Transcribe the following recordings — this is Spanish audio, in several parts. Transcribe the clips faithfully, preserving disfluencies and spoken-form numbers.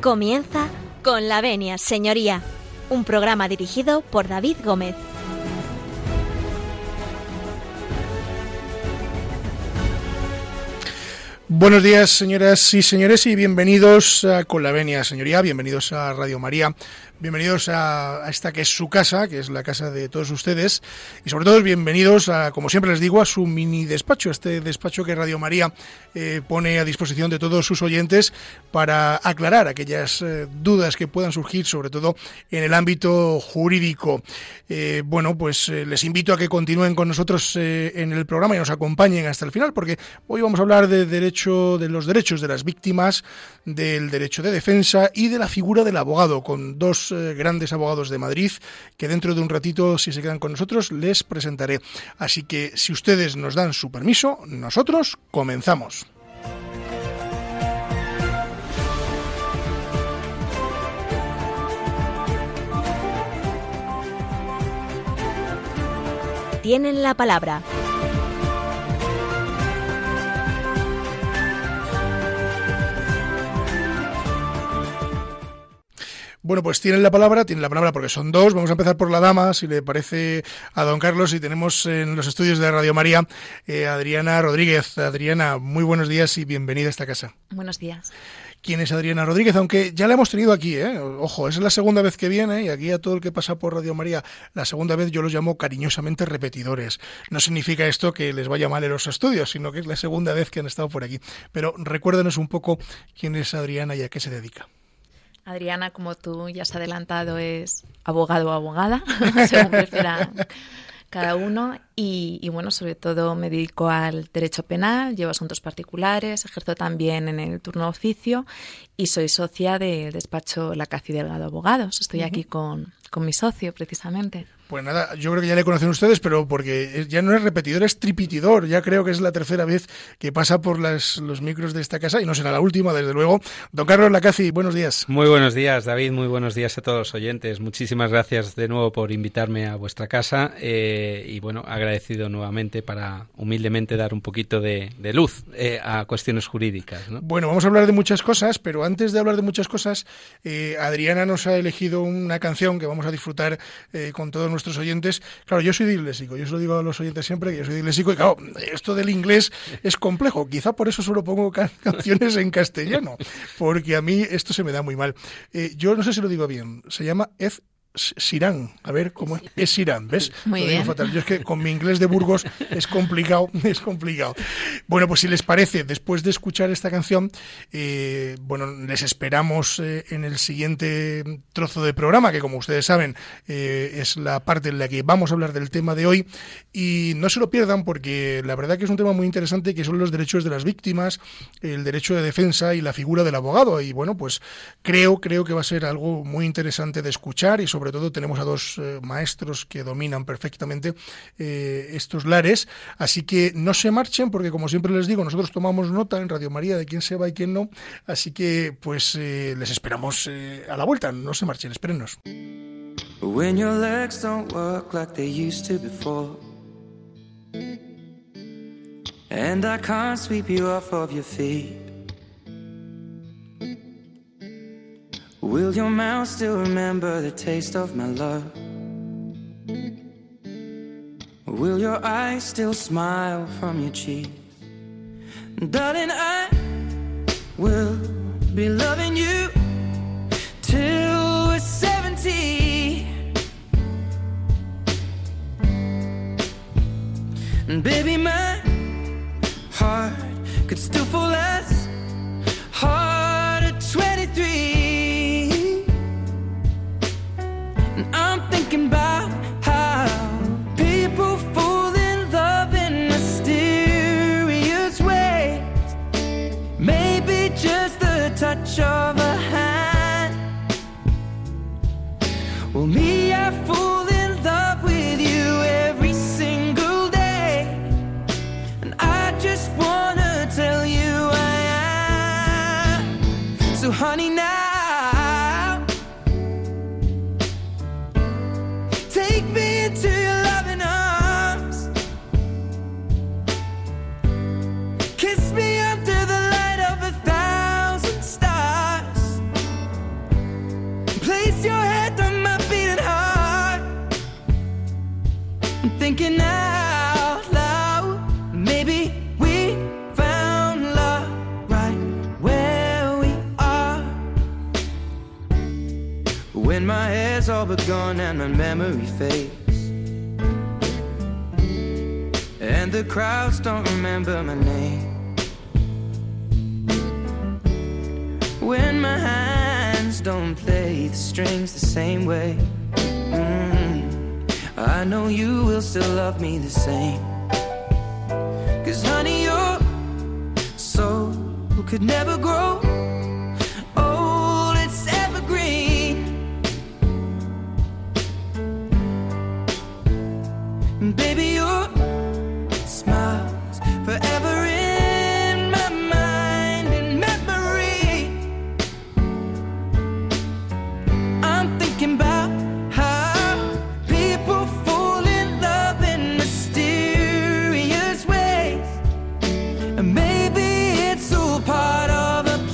Comienza Con la Venia, Señoría, un programa dirigido por David Gómez. Buenos días, señoras y señores, y bienvenidos a Con la Venia, Señoría, bienvenidos a Radio María, bienvenidos a, a esta que es su casa, que es la casa de todos ustedes, y sobre todo bienvenidos a, como siempre les digo, a su mini despacho, este despacho que Radio María eh, pone a disposición de todos sus oyentes para aclarar aquellas eh, dudas que puedan surgir, sobre todo en el ámbito jurídico. Eh, bueno, pues eh, les invito a que continúen con nosotros eh, en el programa y nos acompañen hasta el final, porque hoy vamos a hablar de derecho, de los derechos de las víctimas, del derecho de defensa y de la figura del abogado, con dos eh, grandes abogados de Madrid que dentro de un ratito, si se quedan con nosotros, les presentaré. Así que si ustedes nos dan su permiso, nosotros comenzamos. Tienen la palabra. Bueno, pues tienen la palabra, tienen la palabra porque son dos. Vamos a empezar por la dama, si le parece a don Carlos, y tenemos en los estudios de Radio María eh, Adriana Rodríguez. Adriana, muy buenos días y bienvenida a esta casa. Buenos días. ¿Quién es Adriana Rodríguez? Aunque ya la hemos tenido aquí, ¿eh? Ojo, es la segunda vez que viene, y aquí a todo el que pasa por Radio María, la segunda vez yo los llamo cariñosamente repetidores. No significa esto que les vaya mal en los estudios, sino que es la segunda vez que han estado por aquí. Pero recuérdenos un poco quién es Adriana y a qué se dedica. Adriana, como tú ya has adelantado, es abogado o abogada, según prefiera cada uno. Y, y bueno, sobre todo me dedico al derecho penal, llevo asuntos particulares, ejerzo también en el turno de oficio y soy socia del despacho Lacaze y Delgado Abogados. Estoy uh-huh. aquí con, con mi socio, precisamente. Pues nada, yo creo que ya le conocen ustedes, pero porque ya no es repetidor, es tripitidor. Ya creo que es la tercera vez que pasa por las, los micros de esta casa y no será la última, desde luego. Don Carlos Lacaze, buenos días. Muy buenos días, David, muy buenos días a todos los oyentes. Muchísimas gracias de nuevo por invitarme a vuestra casa eh, y bueno, agradecido nuevamente para humildemente dar un poquito de, de luz eh, a cuestiones jurídicas, ¿no? Bueno, vamos a hablar de muchas cosas, pero antes de hablar de muchas cosas, eh, Adriana nos ha elegido una canción que vamos a disfrutar eh, con todos nuestros oyentes. Claro, yo soy disléxico, yo se lo digo a los oyentes siempre que yo soy disléxico y claro, esto del inglés es complejo, quizá por eso solo pongo can- canciones en castellano, porque a mí esto se me da muy mal. Eh, yo no sé si lo digo bien, se llama Ed Sheeran, a ver cómo es, es Sheeran, ¿ves? Muy lo bien. digo fatal. Yo es que con mi inglés de Burgos es complicado, es complicado. Bueno, pues si les parece, después de escuchar esta canción, eh, bueno, les esperamos eh, en el siguiente trozo de programa, que como ustedes saben, eh, es la parte en la que vamos a hablar del tema de hoy, y no se lo pierdan porque la verdad que es un tema muy interesante, que son los derechos de las víctimas, el derecho de defensa y la figura del abogado, y bueno, pues creo, creo que va a ser algo muy interesante de escuchar, y sobre Sobre todo tenemos a dos eh, maestros que dominan perfectamente eh, estos lares, así que no se marchen porque como siempre les digo, nosotros tomamos nota en Radio María de quién se va y quién no, así que pues eh, les esperamos eh, a la vuelta, no se marchen, espérennos. When your legs don't work like they used to before, and I can't sweep you off of your feet, will your mouth still remember the taste of my love? Will your eyes still smile from your cheeks? Darling, I will be loving you till we're seventy. And baby, my heart could still fall as hard at twenty-three. I'm thinking about how people fall in love in mysterious ways. Maybe just the touch of a hand. Well, me, I fall in love with you every single day, and I just wanna tell you I am. So honey, now take me into your loving arms. Kiss me under the light of a thousand stars. when my hair's all but gone and my memory fades, and the crowds don't remember my name, when my hands don't play the strings the same way. mm, I know you will still love me the same, 'cause honey, your soul could never grow old, it's evergreen. Baby, your smile's forever in my mind and memory. I'm thinking about how people fall in love in mysterious ways, and maybe it's all part of a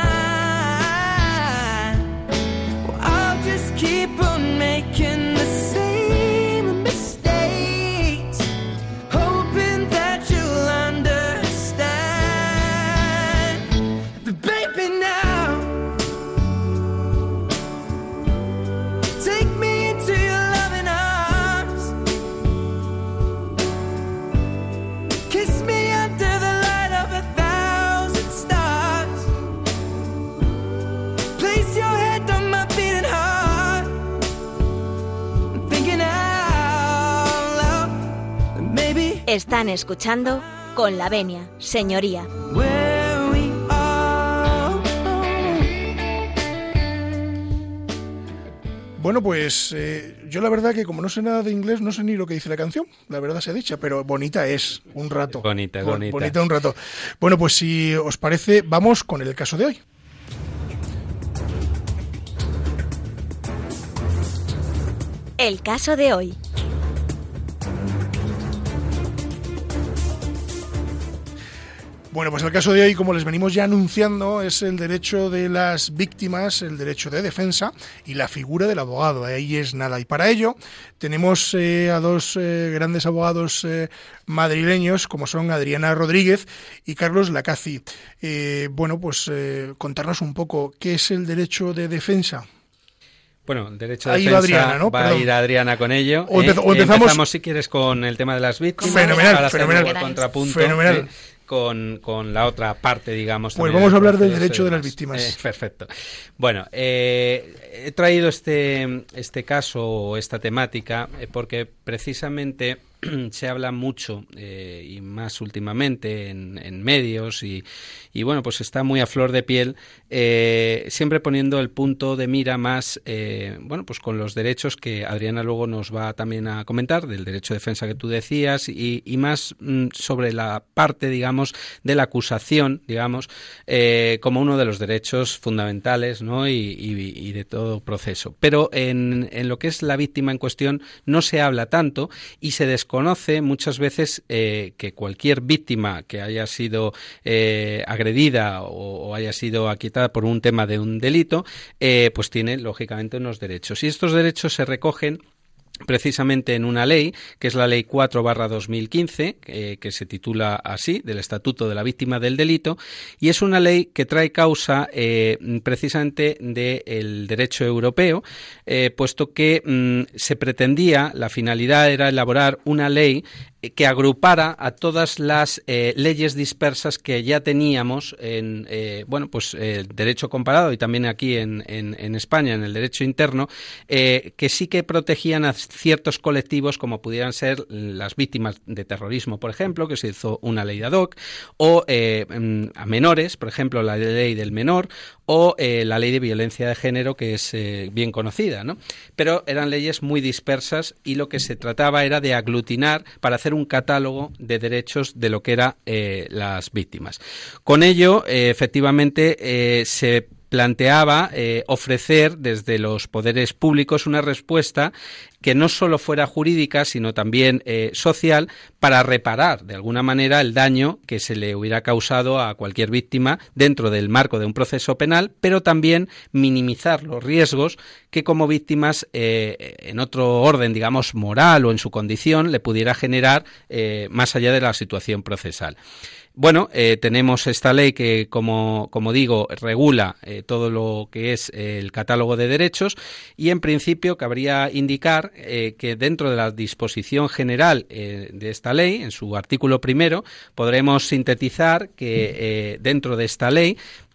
plan. Well, I'll just keep on making the same mistakes, hoping that you'll understand. But baby, now take me into your loving arms, kiss me under the light of a thousand stars, place your head on my beating heart, I'm thinking out loud that maybe Están escuchando Con la Venia, señoría. where we are. Bueno, pues eh, yo la verdad que como no sé nada de inglés, no sé ni lo que dice la canción, la verdad sea dicha, pero bonita es, un rato. Bonita, Bo- bonita. Bonita un rato. Bueno, pues si os parece, vamos con el caso de hoy. El caso de hoy. Bueno, pues el caso de hoy, como les venimos ya anunciando, es el derecho de las víctimas, el derecho de defensa y la figura del abogado. Ahí es nada. Y para ello tenemos eh, a dos eh, grandes abogados eh, madrileños, como son Adriana Rodríguez y Carlos Lacazi. Eh, bueno, pues eh, contarnos un poco qué es el derecho de defensa. Bueno, el derecho de Ahí va defensa Adriana, ¿no? va Perdón. a ir Adriana con ello. O ¿eh? empe- o empezamos- empezamos, si quieres, con el tema de las víctimas. Fenomenal, para hacer fenomenal. un contrapunto, Fenomenal. ¿eh? con, con la otra parte, digamos. Pues también vamos a del hablar del proceso derecho y de las demás. víctimas. Eh, perfecto. Bueno, eh, he traído este, este caso o esta temática eh, porque precisamente se habla mucho eh, y más últimamente en, en medios y, y bueno, pues está muy a flor de piel, eh, siempre poniendo el punto de mira más, eh, bueno, pues con los derechos que Adriana luego nos va también a comentar, del derecho de defensa que tú decías y, y más mm, sobre la parte, digamos, de la acusación, digamos, eh, como uno de los derechos fundamentales, ¿no? y, y, y de todo proceso. Pero en, en lo que es la víctima en cuestión no se habla tanto y se desconoce muchas veces eh, que cualquier víctima que haya sido eh, agredida o, o haya sido aquietada por un tema de un delito, eh, pues tiene lógicamente unos derechos. Y estos derechos se recogen precisamente en una ley, que es la Ley cuatro barra dos mil quince, eh, que se titula así, del Estatuto de la Víctima del Delito, y es una ley que trae causa eh, precisamente del derecho europeo, eh, puesto que mm, se pretendía, la finalidad era elaborar una ley que agrupara a todas las eh, leyes dispersas que ya teníamos en eh, bueno pues el eh, derecho comparado y también aquí en, en, en España en el derecho interno, eh, que sí que protegían a ciertos colectivos como pudieran ser las víctimas de terrorismo, por ejemplo, que se hizo una ley ad hoc, o eh, a menores, por ejemplo la ley del menor, o eh, la ley de violencia de género, que es eh, bien conocida, ¿no? Pero eran leyes muy dispersas y lo que se trataba era de aglutinar para hacer un catálogo de derechos de lo que eran eh, las víctimas. Con ello, eh, efectivamente, eh, se planteaba eh, ofrecer desde los poderes públicos una respuesta que no solo fuera jurídica, sino también eh, social, para reparar de alguna manera el daño que se le hubiera causado a cualquier víctima dentro del marco de un proceso penal, pero también minimizar los riesgos que como víctimas eh, en otro orden, digamos, moral o en su condición, le pudiera generar eh, más allá de la situación procesal. Bueno, eh, tenemos esta ley que, como, como digo, regula eh, todo lo que es eh, el catálogo de derechos y, en principio, cabría indicar eh, que dentro de la disposición general eh, de esta ley, en su artículo primero, podremos sintetizar que eh, dentro de esta ley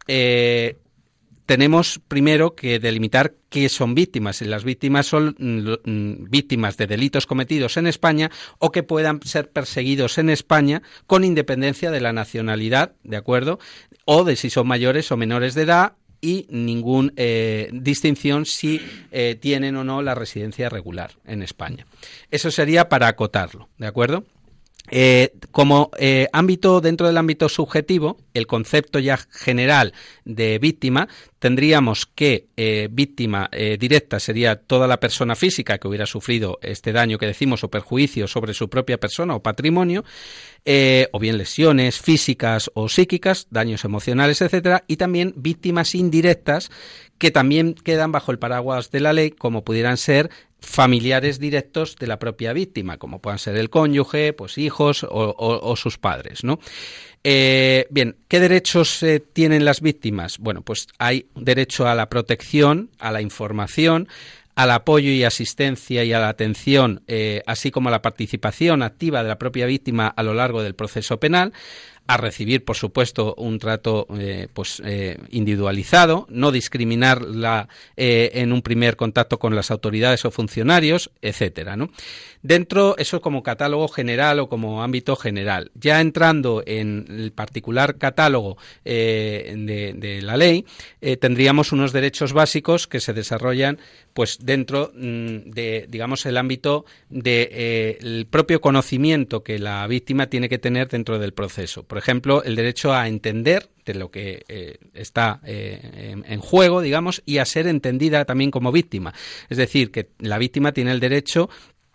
eh, tenemos primero que delimitar qué son víctimas. Y las víctimas son mm, víctimas de delitos cometidos en España o que puedan ser perseguidos en España con independencia de la nacionalidad, ¿de acuerdo? O de si son mayores o menores de edad y ninguna eh, distinción si eh, tienen o no la residencia regular en España. Eso sería para acotarlo, ¿de acuerdo? Eh, como eh, ámbito dentro del ámbito subjetivo, el concepto ya general de víctima, tendríamos que eh, víctima eh, directa sería toda la persona física que hubiera sufrido este daño que decimos o perjuicio sobre su propia persona o patrimonio, eh, o bien lesiones físicas o psíquicas, daños emocionales, etcétera, y también víctimas indirectas que también quedan bajo el paraguas de la ley, como pudieran ser familiares directos de la propia víctima, como puedan ser el cónyuge, pues hijos o, o, o sus padres, ¿no? Eh, bien, ¿qué derechos eh, tienen las víctimas? Bueno, pues hay derecho a la protección, a la información, al apoyo y asistencia y a la atención, eh, así como a la participación activa de la propia víctima a lo largo del proceso penal, a recibir, por supuesto, un trato eh, pues eh, individualizado, no discriminarla eh, en un primer contacto con las autoridades o funcionarios, etcétera, ¿no? Dentro, eso como catálogo general o como ámbito general. Ya entrando en el particular catálogo eh, de, de la ley, eh, tendríamos unos derechos básicos que se desarrollan pues dentro mm, de, digamos, el ámbito de eh, el propio conocimiento que la víctima tiene que tener dentro del proceso. Por ejemplo, el derecho a entender de lo que eh, está eh, en, en juego, digamos, y a ser entendida también como víctima. Es decir, que la víctima tiene el derecho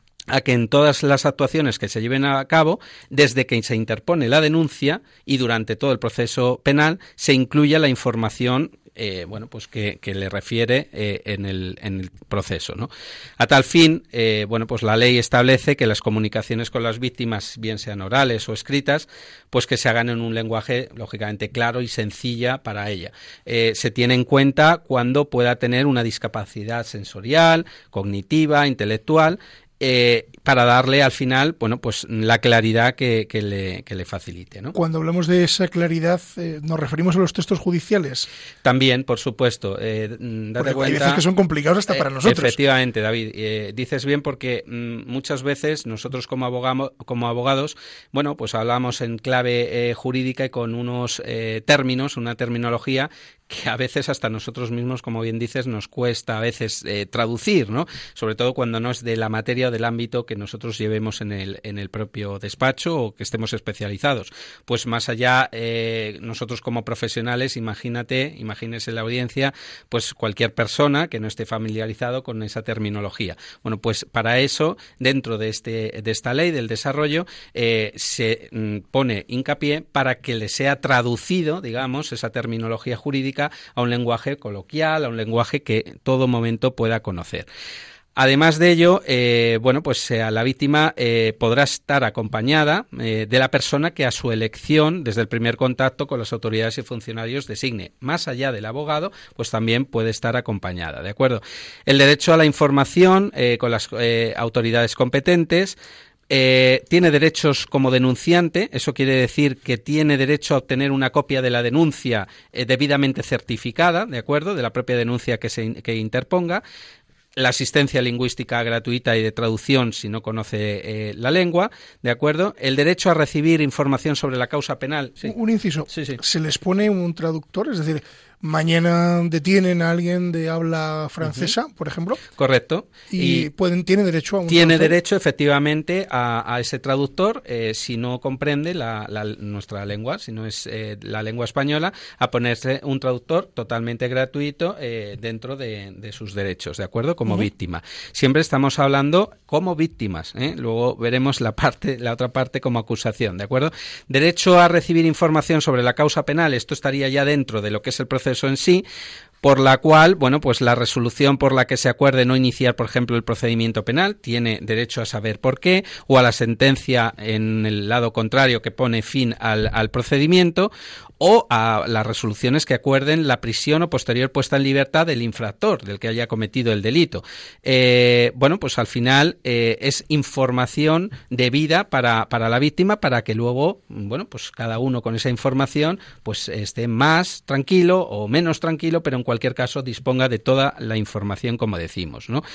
a que en todas las actuaciones que se lleven a cabo, desde que se interpone la denuncia y durante todo el proceso penal, se incluya la información Eh, bueno, pues que, que le refiere eh, en, el, en el proceso, ¿no? A tal fin, eh, bueno, pues la ley establece que las comunicaciones con las víctimas, bien sean orales o escritas, pues que se hagan en un lenguaje lógicamente claro y sencilla para ella. Eh, se tiene en cuenta cuando pueda tener una discapacidad sensorial, cognitiva, intelectual, Eh, para darle al final, bueno, pues la claridad que, que, le, que le facilite, ¿no? Cuando hablamos de esa claridad, eh, ¿nos referimos a los textos judiciales? También, por supuesto. Eh, date porque cuenta, hay veces que son complicados hasta para nosotros. Efectivamente, David. Eh, dices bien porque mm, muchas veces nosotros como, abogamo, como abogados, bueno, pues hablamos en clave eh, jurídica y con unos eh, términos, una terminología que a veces hasta nosotros mismos, como bien dices, nos cuesta a veces eh, traducir, ¿no? Sobre todo cuando no es de la materia o del ámbito que nosotros llevemos en el, en el propio despacho o que estemos especializados. Pues más allá, eh, nosotros como profesionales, imagínate, imagínese la audiencia, pues cualquier persona que no esté familiarizado con esa terminología. Bueno, pues para eso, dentro de, este, de esta ley del desarrollo, eh, se mm, pone hincapié para que le sea traducido, digamos, esa terminología jurídica a un lenguaje coloquial, a un lenguaje que todo momento pueda conocer. Además de ello, eh, bueno, pues eh, la víctima eh, podrá estar acompañada eh, de la persona que a su elección, desde el primer contacto con las autoridades y funcionarios, designe. Más allá del abogado, pues también puede estar acompañada, ¿de acuerdo? El derecho a la información eh, con las eh, autoridades competentes. Eh, tiene derechos como denunciante, eso quiere decir que tiene derecho a obtener una copia de la denuncia eh, debidamente certificada, ¿de acuerdo?, de la propia denuncia que se que interponga. La asistencia lingüística gratuita y de traducción si no conoce eh, la lengua, ¿de acuerdo? El derecho a recibir información sobre la causa penal. Sí. Un inciso. Sí, sí. ¿Se les pone un traductor? Es decir, mañana detienen a alguien de habla francesa, uh-huh. por ejemplo. Correcto. Y, y pueden tiene derecho a un Tiene traductor? derecho, efectivamente, a, a ese traductor, eh, si no comprende la, la, nuestra lengua, si no es eh, la lengua española, a ponerse un traductor totalmente gratuito eh, dentro de, de sus derechos, ¿de acuerdo? Como uh-huh. víctima. Siempre estamos hablando como víctimas, ¿eh? Luego veremos la parte, la otra parte como acusación, ¿de acuerdo? Derecho a recibir información sobre la causa penal, esto estaría ya dentro de lo que es el proceso en sí, por la cual, bueno, pues la resolución por la que se acuerde no iniciar, por ejemplo, el procedimiento penal, tiene derecho a saber por qué, o a la sentencia en el lado contrario que pone fin al, al procedimiento, o a las resoluciones que acuerden la prisión o posterior puesta en libertad del infractor, del que haya cometido el delito. Eh, bueno, pues al final eh, es información debida para, para la víctima, para que luego, bueno, pues cada uno con esa información pues esté más tranquilo o menos tranquilo, pero en cualquier caso disponga de toda la información, como decimos, ¿no?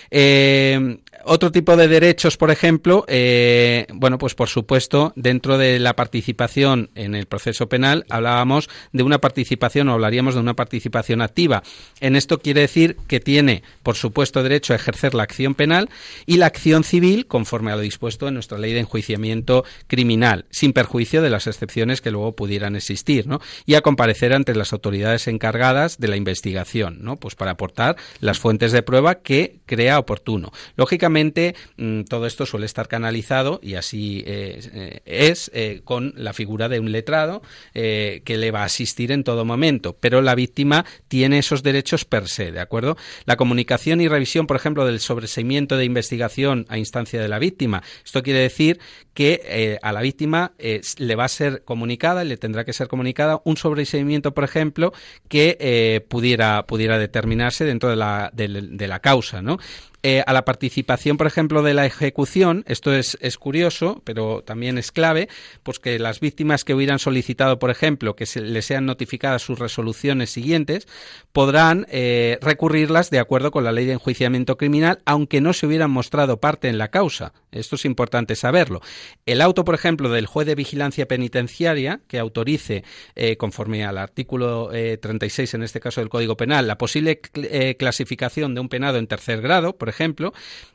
Eh, otro tipo de derechos, por ejemplo, eh, bueno, pues por supuesto, dentro de la participación en el proceso penal, hablábamos de una participación o hablaríamos de una participación activa. En esto quiere decir que tiene, por supuesto, derecho a ejercer la acción penal y la acción civil conforme a lo dispuesto en nuestra ley de enjuiciamiento criminal, sin perjuicio de las excepciones que luego pudieran existir, ¿no? Y a comparecer ante las autoridades encargadas de la investigación, ¿no? Pues para aportar las fuentes de prueba que crea oportuno. Lógicamente, mmm, todo esto suele estar canalizado, y así eh, eh, es, eh, con la figura de un letrado, eh, que le va a asistir en todo momento, pero la víctima tiene esos derechos per se, ¿de acuerdo? La comunicación y revisión, por ejemplo, del sobreseimiento de investigación a instancia de la víctima. Esto quiere decir que eh, a la víctima eh, le va a ser comunicada, le tendrá que ser comunicada un sobreseimiento, por ejemplo, que eh, pudiera, pudiera determinarse dentro de la, de, de la causa, ¿no? Eh, a la participación, por ejemplo, de la ejecución, esto es, es curioso, pero también es clave, pues que las víctimas que hubieran solicitado, por ejemplo, que se les sean notificadas sus resoluciones siguientes, podrán eh, recurrirlas de acuerdo con la ley de enjuiciamiento criminal, aunque no se hubieran mostrado parte en la causa. Esto es importante saberlo. El auto, por ejemplo, del juez de vigilancia penitenciaria, que autorice, eh, conforme al artículo eh, treinta y seis, en este caso del Código Penal, la posible cl- eh, clasificación de un penado en tercer grado, por ejemplo,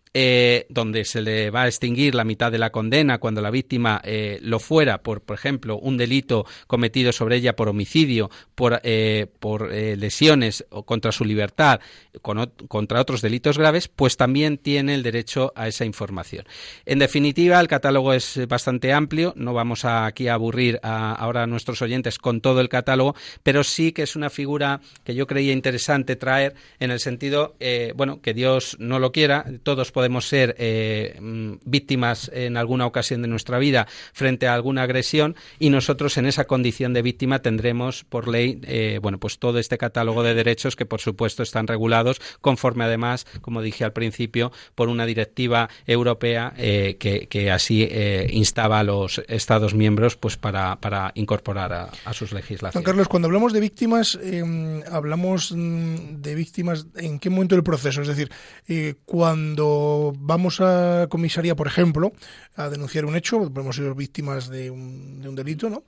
Eh, donde se le va a extinguir la mitad de la condena cuando la víctima eh, lo fuera por, por ejemplo, un delito cometido sobre ella por homicidio, por, eh, por eh, lesiones o contra su libertad, con, contra otros delitos graves, pues también tiene el derecho a esa información. En definitiva, el catálogo es bastante amplio, no vamos a, aquí a aburrir a, ahora a nuestros oyentes con todo el catálogo, pero sí que es una figura que yo creía interesante traer en el sentido, eh, bueno, que Dios no lo quiera, todos podemos ser eh, víctimas en alguna ocasión de nuestra vida frente a alguna agresión, y nosotros en esa condición de víctima tendremos por ley eh, bueno, pues todo este catálogo de derechos que por supuesto están regulados conforme, además, como dije al principio, por una directiva europea eh, que, que así eh, instaba a los Estados miembros pues para, para incorporar a, a sus legislaciones. Don Carlos, cuando hablamos de víctimas, eh, hablamos de víctimas ¿en qué momento del proceso? Es decir, eh, cuando vamos a comisaría, por ejemplo, a denunciar un hecho, podemos ser víctimas de un, de un delito, ¿no?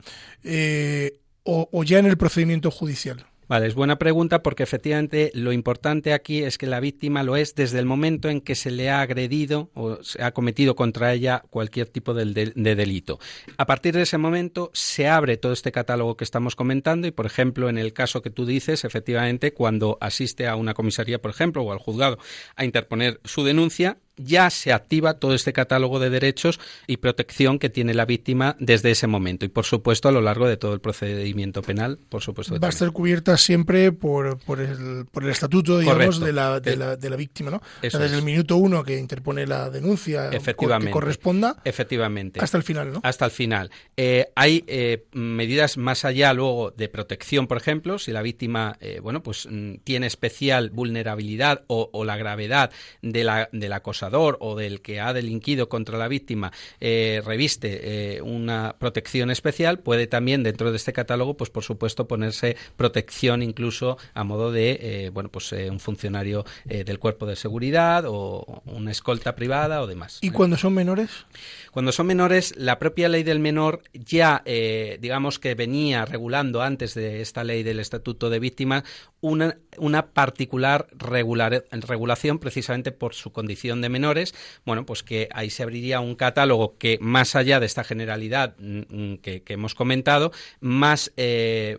Eh, o, o ya en el procedimiento judicial. Vale, es buena pregunta, porque efectivamente lo importante aquí es que la víctima lo es desde el momento en que se le ha agredido o se ha cometido contra ella cualquier tipo de, de, de delito. A partir de ese momento se abre todo este catálogo que estamos comentando y, por ejemplo, en el caso que tú dices, efectivamente, cuando asiste a una comisaría, por ejemplo, o al juzgado a interponer su denuncia, ya se activa todo este catálogo de derechos y protección que tiene la víctima desde ese momento y, por supuesto, a lo largo de todo el procedimiento penal, por supuesto. Va a estar cubierta siempre por, por, el, por el estatuto, digamos, de la, de, la, de la víctima, ¿no? O sea, desde es. el minuto uno que interpone la denuncia efectivamente, que corresponda efectivamente, hasta el final, ¿no? Hasta el final. Eh, hay eh, medidas más allá luego de protección, por ejemplo, si la víctima, eh, bueno, pues tiene especial vulnerabilidad o, o la gravedad de la, de la cosa o del que ha delinquido contra la víctima eh, reviste eh, una protección especial, puede también dentro de este catálogo, pues por supuesto ponerse protección incluso a modo de eh, bueno pues eh, un funcionario eh, del cuerpo de seguridad o una escolta privada o demás. ¿Y cuando son menores? Cuando son menores, la propia ley del menor ya eh, digamos que venía regulando antes de esta ley del Estatuto de Víctimas una, una particular regular, regulación precisamente por su condición de menores, bueno, pues que ahí se abriría un catálogo que, más allá de esta generalidad que, que hemos comentado, más eh,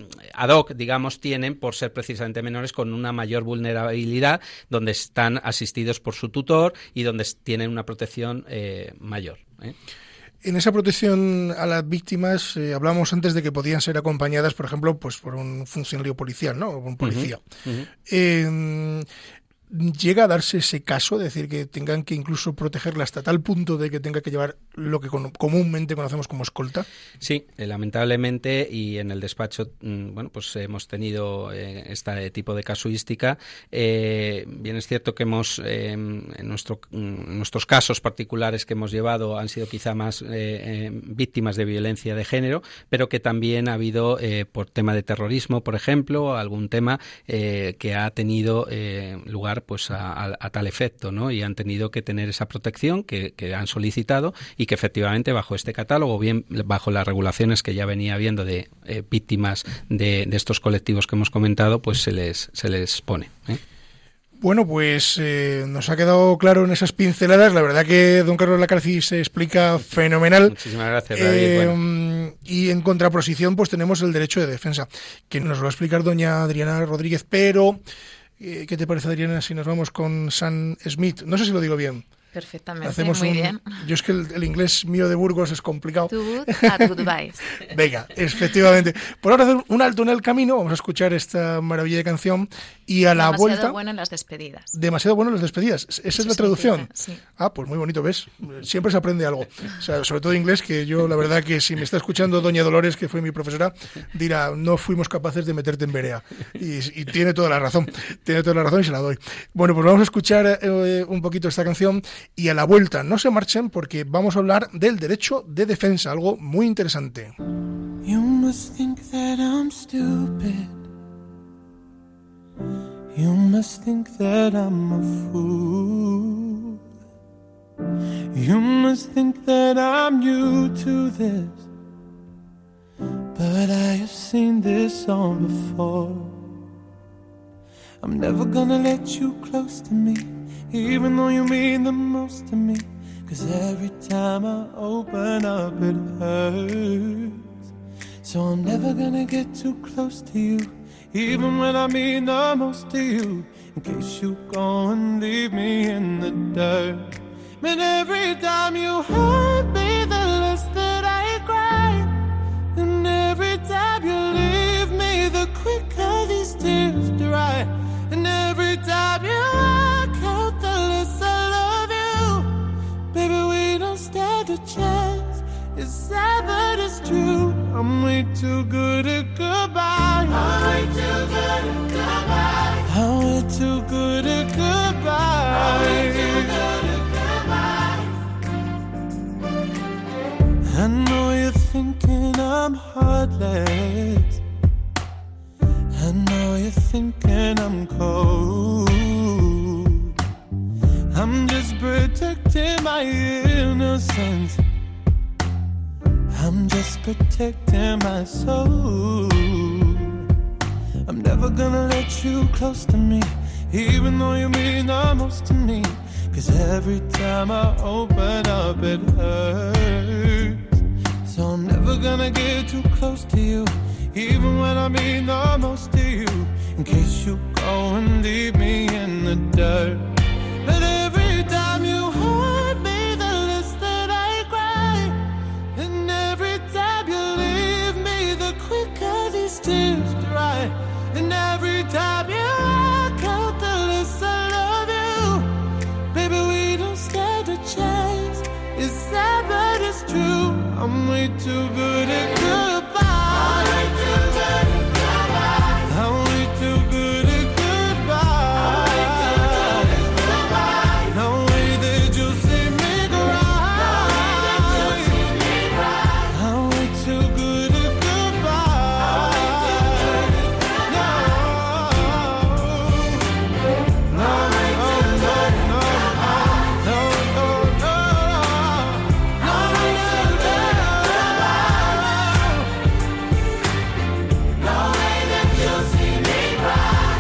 ad hoc, digamos, tienen por ser precisamente menores con una mayor vulnerabilidad, donde están asistidos por su tutor y donde tienen una protección eh, mayor, ¿eh? En esa protección a las víctimas, eh, hablábamos antes de que podían ser acompañadas, por ejemplo, pues por un funcionario policial, ¿no? O un policía. Uh-huh, uh-huh. Eh, ¿Llega a darse ese caso, de decir, que tengan que incluso protegerla hasta tal punto de que tenga que llevar lo que con, comúnmente conocemos como escolta? Sí, eh, lamentablemente, y en el despacho, mm, bueno, pues hemos tenido eh, este tipo de casuística. Eh, bien es cierto que hemos, eh, en nuestro, mm, nuestros casos particulares que hemos llevado han sido quizá más eh, eh, víctimas de violencia de género, pero que también ha habido, eh, por tema de terrorismo, por ejemplo, algún tema eh, que ha tenido eh, lugar pues a, a, a tal efecto, ¿no? Y han tenido que tener esa protección que, que han solicitado y que efectivamente bajo este catálogo, bien bajo las regulaciones que ya venía habiendo de eh, víctimas de, de estos colectivos que hemos comentado, pues se les se les pone, ¿eh? Bueno, pues eh, nos ha quedado claro en esas pinceladas. La verdad que don Carlos Lacarci se explica fenomenal. Muchísimas gracias, David. Eh, bueno. Y en contraposición pues tenemos el derecho de defensa, que nos lo va a explicar doña Adriana Rodríguez, pero ¿qué te parece, Adriana, si nos vamos con Sam Smith? No sé si lo digo bien. Perfectamente, Hacemos muy un, bien. Yo es que el, el inglés mío de Burgos es complicado. To good at goodbyes. Venga, efectivamente. Por ahora hacer un alto en el camino, vamos a escuchar esta maravilla de canción y a la Demasiado vuelta... Demasiado bueno en las despedidas. Demasiado bueno en las despedidas. Esa es Eso la traducción. Sí. Ah, pues muy bonito, ¿ves? Siempre se aprende algo. O sea, sobre todo inglés, que yo la verdad que si me está escuchando doña Dolores, que fue mi profesora, dirá, no fuimos capaces de meterte en Berea. Y, y tiene toda la razón. Tiene toda la razón y se la doy. Bueno, pues vamos a escuchar eh, un poquito esta canción y a la vuelta no se marchen porque vamos a hablar del derecho de defensa, algo muy interesante. You must think that I'm stupid. You must think that I'm a fool. You must think that I'm new to this. But I have seen this song before. I'm never gonna let you close to me, even though you mean the most to me. Cause every time I open up it hurts. So I'm never gonna get too close to you, even when I mean the most to you. In case you go and leave me in the dirt. But every time you hurt me, the less that I cry. And every time you leave me, the quicker these tears dry. And every time you walk out, the less I love you. Baby, we don't stand a chance. It's sad, but it's true. I'm way too good at goodbye. I'm way too good at goodbye. I'm way too good at goodbye. I'm way too good at goodbye. I know you're thinking I'm heartless. I know you're thinking I'm cold. I'm just protecting my innocence. I'm just protecting my soul. I'm never gonna let you close to me, even though you mean the most to me. Cause every time I open up it hurts. So I'm never gonna get too close to you, even when I mean the most to you. In case you go and leave me in the dirt. But every time you hurt me, the less that I cry. And every time you leave me, the quicker these tears dry. And every time you walk out, the less I love you. Baby, we don't stand a chance. It's sad, but it's true. I'm way too good at goodbye. I'm way too good at goodbye. I'm way too good at goodbye. I'm way too good at goodbye. No way that you'll see me cry. No way that you'll see me cry. I'm way too good at goodbye. I'm way too good at goodbye. No, no, no, no, no, no, no, no. I'm way too good at goodbye. No way that you'll see me cry.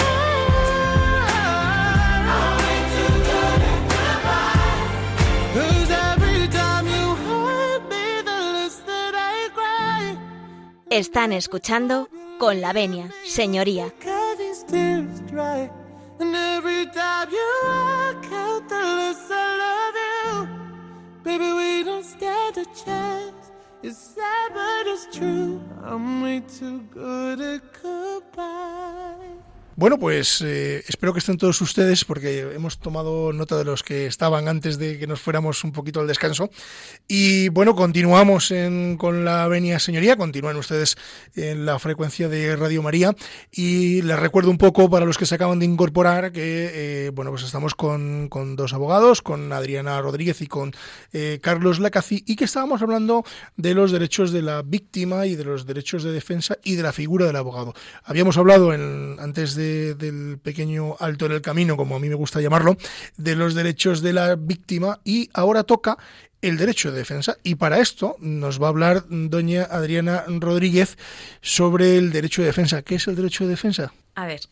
I'm way too good at goodbye. 'Cause every time you hurt me, the less that I cry. Están escuchando Con la Venia, señoría. Cut these tears dry. And every time you walk out, the less I love you. Baby, we don't stand a chance. It's sad, but it's true. I'm way too good at goodbye. Bueno, pues eh, espero que estén todos ustedes, porque hemos tomado nota de los que estaban antes de que nos fuéramos un poquito al descanso. Y bueno, continuamos en, con la venia señoría, continúan ustedes en la frecuencia de Radio María. Y les recuerdo un poco, para los que se acaban de incorporar, que eh, bueno, pues estamos con, con dos abogados, con Adriana Rodríguez y con eh, Carlos Lacaci, y que estábamos hablando de los derechos de la víctima y de los derechos de defensa y de la figura del abogado. Habíamos hablado en, antes de De, del pequeño alto en el camino, como a mí me gusta llamarlo, de los derechos de la víctima, y ahora toca el derecho de defensa, y para esto nos va a hablar doña Adriana Rodríguez sobre el derecho de defensa. ¿Qué es el derecho de defensa? A ver.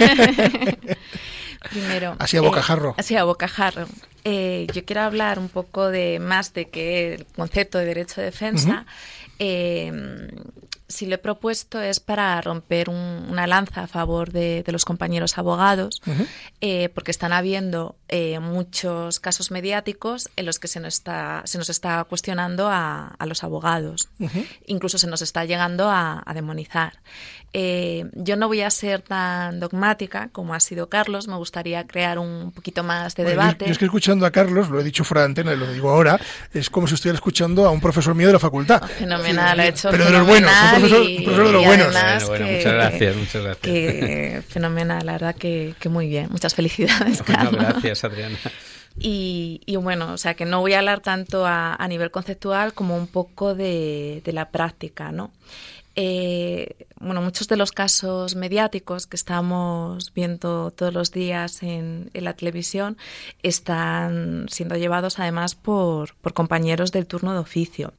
Primero, así a bocajarro. Eh, así a bocajarro. Eh, yo quiero hablar un poco de más de que el concepto de derecho de defensa. Uh-huh. Eh, si lo he propuesto es para romper un, una lanza a favor de, de los compañeros abogados, uh-huh. eh, porque están habiendo eh, muchos casos mediáticos en los que se nos está, se nos está cuestionando a, a los abogados. Uh-huh. Incluso se nos está llegando a, a demonizar. Eh, yo no voy a ser tan dogmática como ha sido Carlos, me gustaría crear un poquito más de bueno, debate. Yo, yo es que escuchando a Carlos, lo he dicho fuera de antena y lo digo ahora, es como si estuviera escuchando a un profesor mío de la facultad. Oh, fenomenal, sí, ha hecho pero de los buenos, un profesor, y, un profesor de los buenos. Bueno, bueno, que, muchas gracias, muchas gracias. Que, fenomenal, la verdad que, que muy bien. Muchas felicidades, bueno, Carlos. Gracias, Adriana. Y, y bueno, o sea, que no voy a hablar tanto a, a nivel conceptual como un poco de, de la práctica, ¿no? Eh, bueno, muchos de los casos mediáticos que estamos viendo todos los días en, en la televisión están siendo llevados además por, por compañeros del turno de oficio.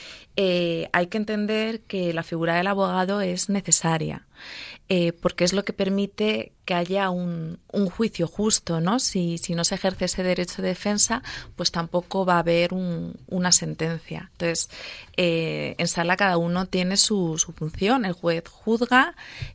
Eh, hay que entender que la figura del abogado es necesaria, eh, porque es lo que permite que haya un, un juicio justo, ¿no? Si, si no se ejerce ese derecho de defensa, pues tampoco va a haber un, una sentencia. Entonces, eh, en sala cada uno tiene su, su función. El juez juzga,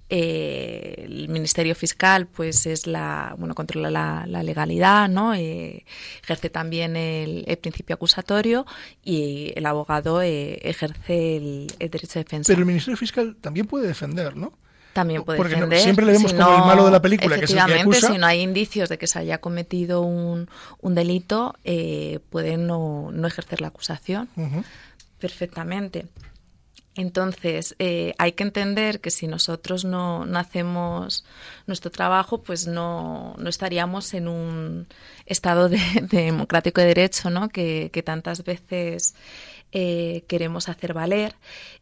eh, el Ministerio Fiscal, pues es la, bueno, controla la, la legalidad, ¿no? Eh, ejerce también el, el principio acusatorio y el abogado eh, ejerce el, el derecho de defensa. Pero el Ministerio Fiscal también puede defender, ¿no? También puede Porque defender. No, siempre le vemos si como no, el malo de la película, que es el que acusa. Si no hay indicios de que se haya cometido un, un delito, eh, puede no, no ejercer la acusación. Uh-huh. Perfectamente. Entonces, eh, hay que entender que si nosotros no, no hacemos nuestro trabajo, pues no, no estaríamos en un estado de, de democrático de derecho, ¿no? Que, que tantas veces eh, queremos hacer valer.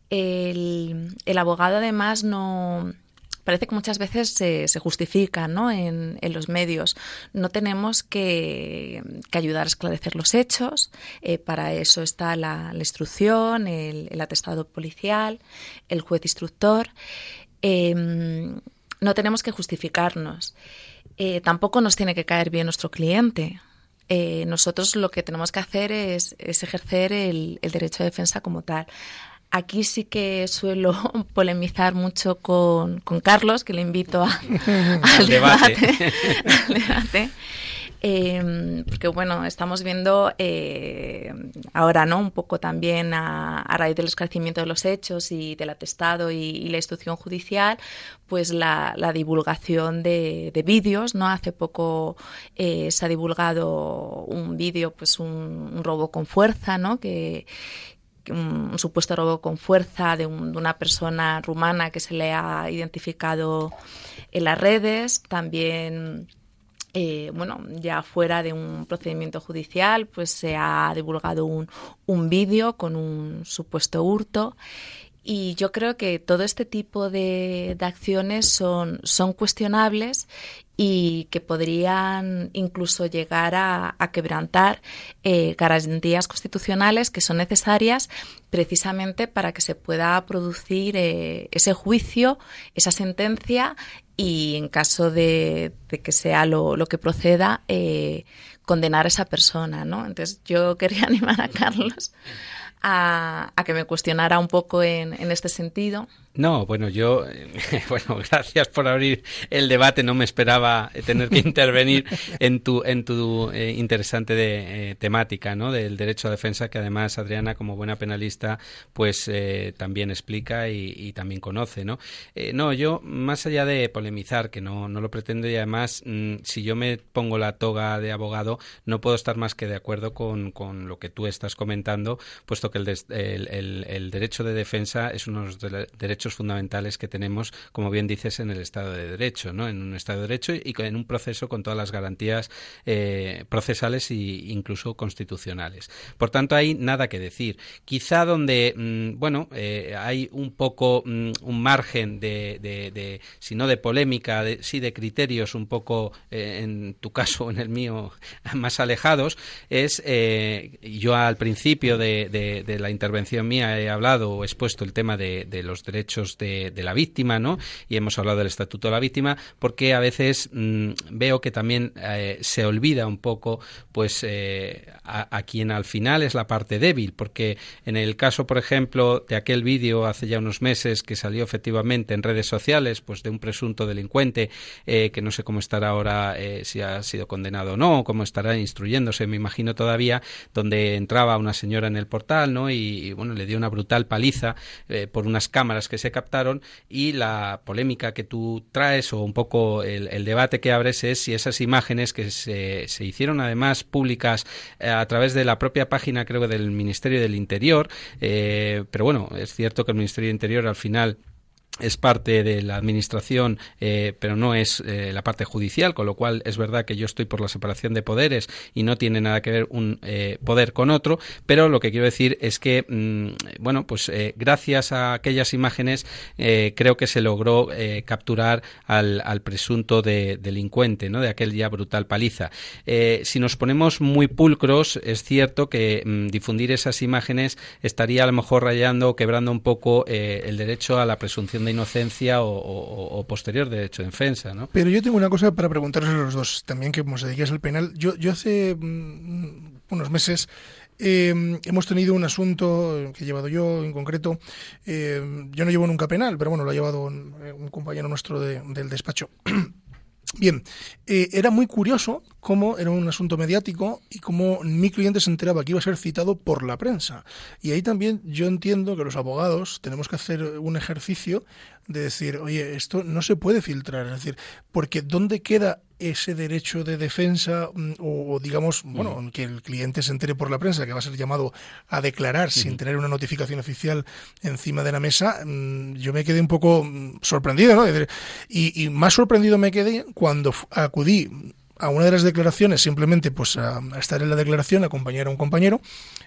El, el abogado, además, no... Parece que muchas veces se, se justifica, ¿no? en, en los medios. No tenemos que, que ayudar a esclarecer los hechos. Eh, para eso está la, la instrucción, el, el atestado policial, el juez instructor. Eh, no tenemos que justificarnos. Eh, tampoco nos tiene que caer bien nuestro cliente. Eh, nosotros lo que tenemos que hacer es, es ejercer el, el derecho de defensa como tal. Aquí sí que suelo polemizar mucho con, con Carlos, que le invito a, al debate. debate, al debate. Eh, porque bueno, estamos viendo eh, ahora, ¿no? Un poco también a, a raíz del esclarecimiento de los hechos y del atestado y, y la instrucción judicial, pues la, la divulgación de, de vídeos, ¿no? Hace poco eh, se ha divulgado un vídeo, pues un, un robo con fuerza, ¿no? Que un supuesto robo con fuerza de, un, de una persona rumana que se le ha identificado en las redes. También, eh, bueno, ya fuera de un procedimiento judicial, pues se ha divulgado un, un vídeo con un supuesto hurto. Y yo creo que todo este tipo de, de acciones son, son cuestionables y que podrían incluso llegar a, a quebrantar eh, garantías constitucionales que son necesarias precisamente para que se pueda producir eh, ese juicio, esa sentencia y, en caso de, de que sea lo, lo que proceda, eh, condenar a esa persona, ¿no? Entonces yo quería animar a Carlos A, a que me cuestionara un poco en, en este sentido. No, bueno, yo, bueno, gracias por abrir el debate. No me esperaba tener que intervenir en tu, en tu eh, interesante de, eh, temática, ¿no? Del derecho a defensa, que además Adriana, como buena penalista, pues eh, también explica y, y también conoce, ¿no? Eh, no, yo, más allá de polemizar, que no, no lo pretendo, y además, mmm, si yo me pongo la toga de abogado, no puedo estar más que de acuerdo con, con lo que tú estás comentando, puesto que el, des, el, el, el derecho de defensa es uno de los de, derechos fundamentales que tenemos, como bien dices, en el Estado de Derecho, ¿no? En un Estado de Derecho y en un proceso con todas las garantías eh, procesales e incluso constitucionales. Por tanto, hay nada que decir. Quizá donde, mmm, bueno, eh, hay un poco mmm, un margen de, de, de, si no de polémica, de, sí de criterios un poco, eh, en tu caso o en el mío, más alejados, es, eh, yo al principio de, de, de la intervención mía he hablado o expuesto el tema de, de los derechos de, de la víctima, ¿no? Y hemos hablado del Estatuto de la Víctima, porque a veces mmm, veo que también eh, se olvida un poco, pues, eh, a, a quien al final es la parte débil, porque en el caso, por ejemplo, de aquel vídeo hace ya unos meses que salió efectivamente en redes sociales, pues de un presunto delincuente, eh, que no sé cómo estará ahora, eh, si ha sido condenado o no, cómo estará instruyéndose, me imagino todavía, donde entraba una señora en el portal, ¿no? Y, y bueno, le dio una brutal paliza eh, por unas cámaras que se captaron, y la polémica que tú traes o un poco el, el debate que abres es si esas imágenes que se, se hicieron además públicas eh, a través de la propia página, creo que del Ministerio del Interior, eh, pero bueno, es cierto que el Ministerio del Interior al final es parte de la administración, eh, pero no es eh, la parte judicial, con lo cual es verdad que yo estoy por la separación de poderes y no tiene nada que ver un eh, poder con otro, pero lo que quiero decir es que, mmm, bueno, pues eh, gracias a aquellas imágenes eh, creo que se logró eh, capturar al, al presunto de, delincuente, ¿no? De aquel ya brutal paliza. Eh, si nos ponemos muy pulcros, es cierto que mmm, difundir esas imágenes estaría a lo mejor rayando o quebrando un poco eh, el derecho a la presunción de inocencia o, o, o posterior derecho de defensa, ¿no? Pero yo tengo una cosa para preguntaros a los dos, también que os dediquéis al penal. Yo, yo hace mmm, unos meses eh, hemos tenido un asunto que he llevado yo en concreto. Eh, yo no llevo nunca penal, pero bueno, lo ha llevado un, un compañero nuestro de, del despacho. Bien, eh, era muy curioso cómo era un asunto mediático y cómo mi cliente se enteraba que iba a ser citado por la prensa. Y ahí también yo entiendo que los abogados tenemos que hacer un ejercicio de decir, oye, esto no se puede filtrar, es decir, porque ¿dónde queda ese derecho de defensa o, o digamos, bueno, uh-huh. que el cliente se entere por la prensa, que va a ser llamado a declarar uh-huh. sin tener una notificación oficial encima de la mesa? Yo me quedé un poco sorprendido, ¿no? Y, y más sorprendido me quedé cuando acudí a una de las declaraciones, simplemente pues a, a estar en la declaración, a acompañar a un compañero,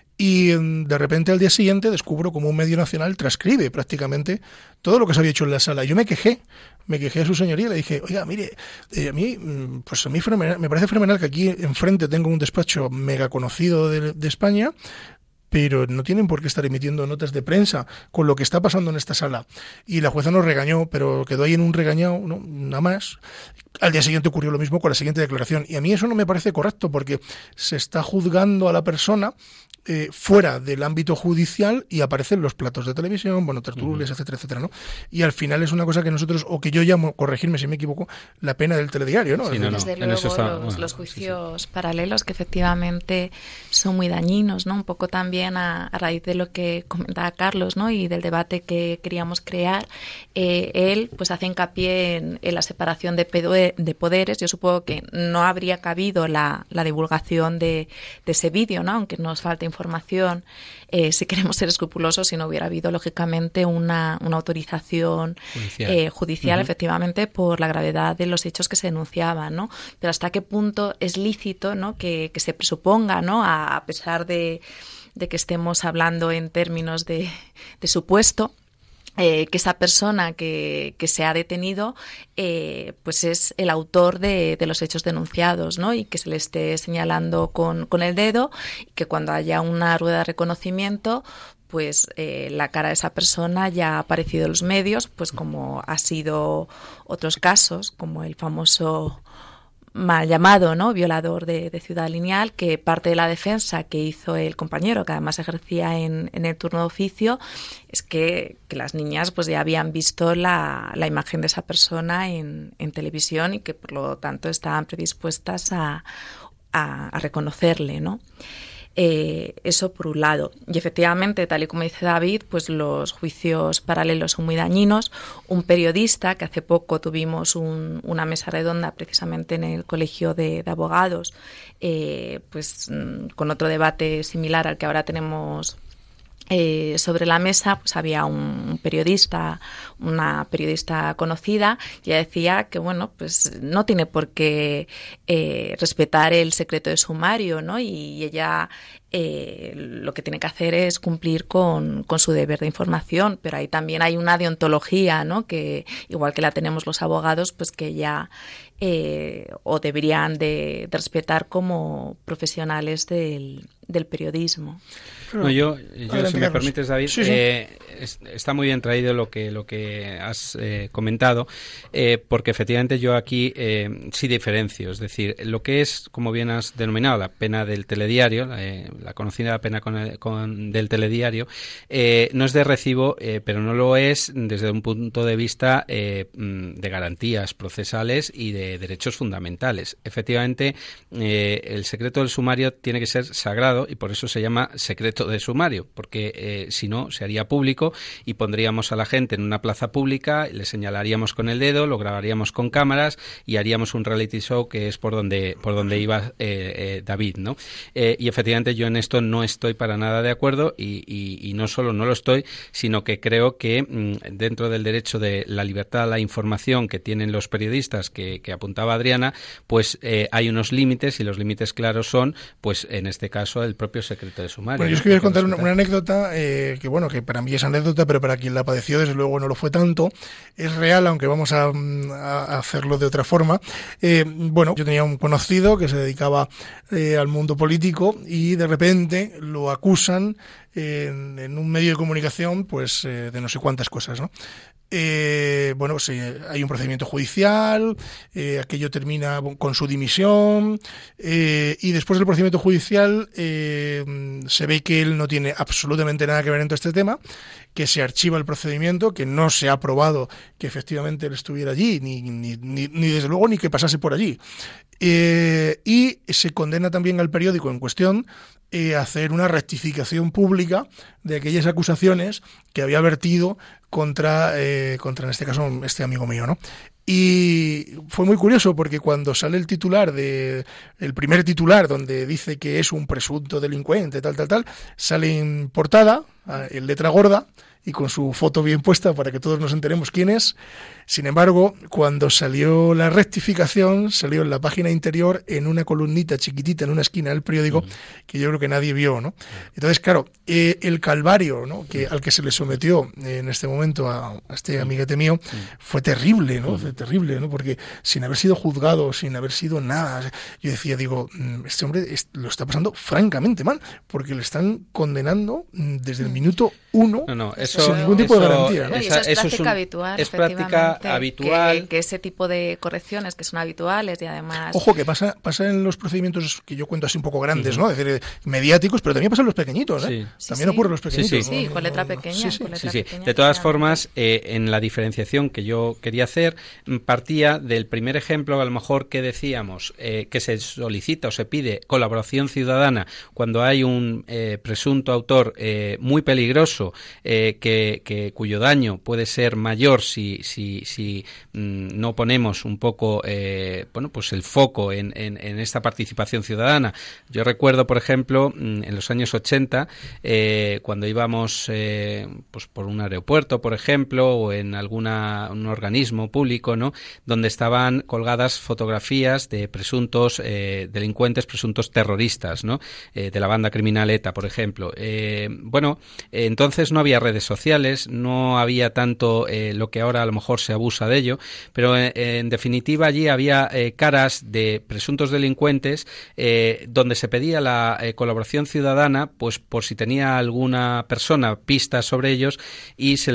y de repente al día siguiente descubro como un medio nacional transcribe prácticamente todo lo que se había hecho en la sala. Yo me quejé, me quejé a su señoría y le dije, oiga, mire, eh, a mí, pues a mí me parece fenomenal que aquí enfrente tengo un despacho mega conocido de, de España, pero no tienen por qué estar emitiendo notas de prensa con lo que está pasando en esta sala. Y la jueza nos regañó, pero quedó ahí en un regañado, ¿no? Nada más. Al día siguiente ocurrió lo mismo con la siguiente declaración. Y a mí eso no me parece correcto, porque se está juzgando a la persona eh, fuera del ámbito judicial y aparecen los platos de televisión, bueno, tertulias, uh-huh. etcétera, etcétera, ¿no? Y al final es una cosa que nosotros, o que yo llamo, corregirme si me equivoco, la pena del telediario, ¿no? Sí, no, no. Desde luego está, los, bueno, los juicios sí, sí. paralelos, que efectivamente son muy dañinos, ¿no? Un poco también a, a raíz de lo que comentaba Carlos, ¿no? Y del debate que queríamos crear, eh, él pues hace hincapié en, en la separación de, pedo- de poderes. Yo supongo que no habría cabido la, la divulgación de, de ese vídeo, ¿no? Aunque nos falte información, eh, si queremos ser escrupulosos, si no hubiera habido lógicamente una, una autorización judicial, eh, judicial uh-huh. efectivamente, por la gravedad de los hechos que se denunciaban, ¿no? Pero hasta qué punto es lícito, ¿no? que, que se presuponga, ¿no? a, a pesar de, de que estemos hablando en términos de, de supuesto, Eh, que esa persona que, que se ha detenido eh, pues es el autor de, de los hechos denunciados, ¿no? Y que se le esté señalando con, con el dedo, y que cuando haya una rueda de reconocimiento pues eh, la cara de esa persona ya ha aparecido en los medios, pues como ha sido otros casos, como el famoso mal llamado, ¿no?, violador de, de Ciudad Lineal, que parte de la defensa que hizo el compañero, que además ejercía en, en el turno de oficio, es que, que las niñas pues ya habían visto la, la imagen de esa persona en, en televisión y que por lo tanto estaban predispuestas a, a, a reconocerle, ¿no? Eh, eso por un lado. Y efectivamente, tal y como dice David, pues los juicios paralelos son muy dañinos. Un periodista, que hace poco tuvimos un, una mesa redonda precisamente en el Colegio de, de Abogados, eh, pues con otro debate similar al que ahora tenemos Eh, sobre la mesa, pues había un periodista, una periodista conocida, y ella decía que bueno, pues no tiene por qué eh, respetar el secreto de sumario, ¿no? Y ella eh, lo que tiene que hacer es cumplir con, con su deber de información, pero ahí también hay una deontología, ¿no?, que igual que la tenemos los abogados, pues que ya eh, o deberían de, de respetar como profesionales del, del periodismo. No, yo, yo si me permites, David, sí, sí. Eh, es, está muy bien traído lo que lo que has eh, comentado, eh, porque efectivamente yo aquí eh, sí diferencio, es decir, lo que es, como bien has denominado, la pena del telediario, eh, la conocida pena con el, con, del telediario, eh, no es de recibo, eh, pero no lo es desde un punto de vista eh, de garantías procesales y de derechos fundamentales. Efectivamente, eh, el secreto del sumario tiene que ser sagrado y por eso se llama secreto de sumario, porque eh, si no se haría público y pondríamos a la gente en una plaza pública, le señalaríamos con el dedo, lo grabaríamos con cámaras y haríamos un reality show, que es por donde por donde iba eh, eh, David, ¿no? Eh, y efectivamente yo en esto no estoy para nada de acuerdo y, y, y no solo no lo estoy, sino que creo que mmm, dentro del derecho de la libertad a la información que tienen los periodistas, que, que apuntaba Adriana, pues eh, hay unos límites y los límites claros son, pues en este caso, el propio secreto de sumario. Bueno, yo os quería contar una, una anécdota eh, que, bueno, que para mí es anécdota, pero para quien la padeció, desde luego, no lo fue tanto. Es real, aunque vamos a, a hacerlo de otra forma. Eh, bueno, yo tenía un conocido que se dedicaba eh, al mundo político y de repente lo acusan en, en un medio de comunicación, pues, eh, de no sé cuántas cosas, ¿no? Eh, bueno, sí, hay un procedimiento judicial, eh, aquello termina con su dimisión eh, y después del procedimiento judicial eh, se ve que él no tiene absolutamente nada que ver en todo este tema, que se archiva el procedimiento, que no se ha probado que efectivamente él estuviera allí, ni, ni, ni, ni desde luego ni que pasase por allí. Eh, y se condena también al periódico en cuestión eh, a hacer una rectificación pública de aquellas acusaciones que había vertido contra, eh, contra en este caso, este amigo mío, ¿no? Y fue muy curioso porque cuando sale el titular, de el primer titular, donde dice que es un presunto delincuente, tal, tal, tal, sale en portada, en letra gorda, y con su foto bien puesta para que todos nos enteremos quién es. Sin embargo, cuando salió la rectificación, salió en la página interior en una columnita chiquitita en una esquina del periódico, uh-huh, que yo creo que nadie vio, ¿no? Entonces, claro, eh, el calvario, ¿no?, que al que se le sometió eh, en este momento a, a este amiguete mío, uh-huh, fue terrible, ¿no? Uh-huh. Fue terrible, ¿no? Porque sin haber sido juzgado, sin haber sido nada, yo decía, digo, este hombre es, lo está pasando francamente mal, porque le están condenando desde el minuto uno, no, no, eso, sin ningún tipo eso, de garantía, ¿no? Y esa es eso práctica es un, habitual, es práctica habitual. Que, que ese tipo de correcciones que son habituales y además... Ojo, que pasa pasa en los procedimientos que yo cuento así un poco grandes, uh-huh, ¿no? Es decir, mediáticos, pero también pasa en los pequeñitos, ¿eh? Sí. También sí, ocurre en los pequeñitos. Sí, sí, sí, ¿no? con letra pequeña. Sí, sí. Con letra sí, sí. pequeña, De todas formas, eh, en la diferenciación que yo quería hacer, partía del primer ejemplo, a lo mejor, que decíamos, eh, que se solicita o se pide colaboración ciudadana cuando hay un eh, presunto autor eh, muy peligroso, eh, que, que cuyo daño puede ser mayor si, si, si mmm, no ponemos un poco eh, bueno, pues el foco en, en, en esta participación ciudadana. Yo recuerdo, por ejemplo, en los años ochenta, eh, cuando íbamos eh, pues por un aeropuerto, por ejemplo, o en alguna un organismo público, ¿no?, donde estaban colgadas fotografías de presuntos eh, delincuentes, presuntos terroristas, ¿no?, eh, de la banda criminal ETA, por ejemplo. Eh, bueno, eh, entonces no había redes sociales, no había tanto eh, lo que ahora a lo mejor se abusa de ello, pero eh, en definitiva allí había eh, caras de presuntos delincuentes eh, donde se pedía la eh, colaboración ciudadana, pues por si tenía alguna persona pistas sobre ellos, y se les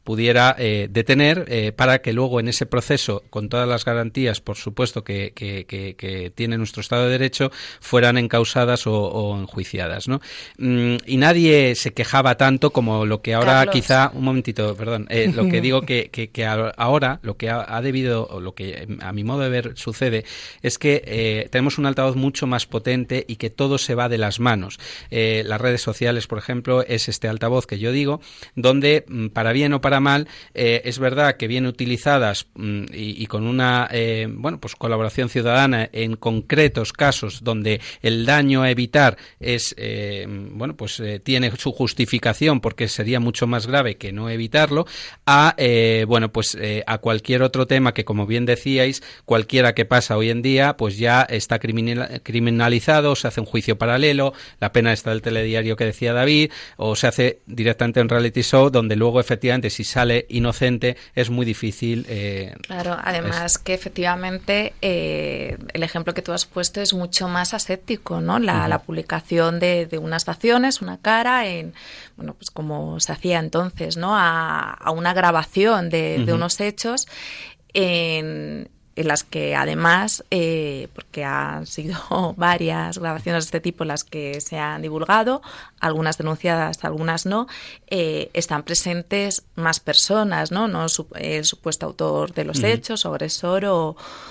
pudiera eh, detener eh, para que luego en ese proceso, con todas las garantías, por supuesto, que, que, que, que tiene nuestro Estado de Derecho, fueran encausadas o, o enjuiciadas, ¿no? Mm, y nadie se quejaba tanto como lo que ahora Carlos. quizá, un momentito, perdón, eh, lo que digo que, que, que ahora lo que ha, ha debido, o lo que a mi modo de ver sucede, es que eh, tenemos un altavoz mucho más potente y que todo se va de las manos. Eh, las redes sociales, por ejemplo, es este altavoz que yo digo, donde, para bien o para mal, eh, es verdad que bien utilizadas mm, y, y con una eh, bueno, pues colaboración ciudadana en concretos casos donde el daño a evitar es eh, bueno, pues eh, tiene su justificación porque sería mucho más grave que no evitarlo, a eh, bueno, pues eh, a cualquier otro tema que, como bien decíais, cualquiera que pasa hoy en día, pues ya está criminal, criminalizado, se hace un juicio paralelo, la pena está del telediario que decía David, o se hace directamente un reality show donde luego efectivamente si sale inocente es muy difícil. Eh, claro, además es... que efectivamente eh, el ejemplo que tú has puesto es mucho más aséptico, ¿no? La, uh-huh. la publicación de, de unas acciones, una cara, en bueno, pues como se hacía entonces, ¿no? A, a una grabación de, uh-huh. de unos hechos en en las que además, eh, porque han sido varias grabaciones de este tipo las que se han divulgado, algunas denunciadas, algunas no, eh, están presentes más personas, ¿no? No el supuesto autor de los uh-huh. hechos, o agresor o,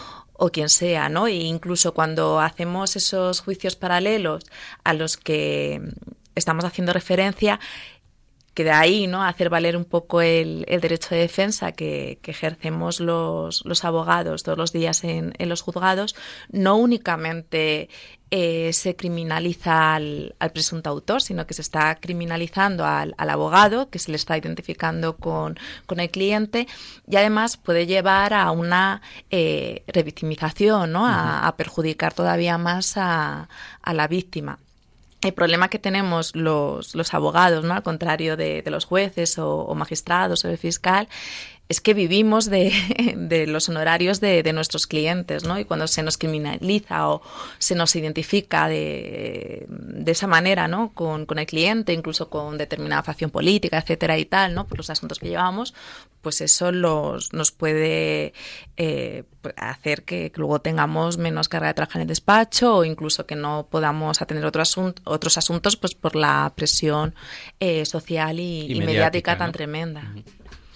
o quien sea, ¿no? E incluso cuando hacemos esos juicios paralelos a los que estamos haciendo referencia, que de ahí, ¿no?, hacer valer un poco el, el derecho de defensa que, que ejercemos los, los abogados todos los días en, en los juzgados, no únicamente eh, se criminaliza al, al presunto autor, sino que se está criminalizando al, al abogado, que se le está identificando con, con el cliente, y además puede llevar a una eh, revictimización, ¿no?, a, a perjudicar todavía más a, a la víctima. El problema que tenemos los, los abogados, ¿no?, al contrario de, de los jueces o, o magistrados o el fiscal, es que vivimos de, de los honorarios de, de nuestros clientes, ¿no? Y cuando se nos criminaliza o se nos identifica de, de esa manera, ¿no?, con, con el cliente, incluso con determinada facción política, etcétera y tal, ¿no?, por los asuntos que llevamos, pues eso los, nos puede eh, hacer que, que luego tengamos menos carga de trabajo en el despacho, o incluso que no podamos atender otro asunto, otros asuntos, pues por la presión eh, social y, y, y mediática, ¿no?, tan tremenda. Uh-huh.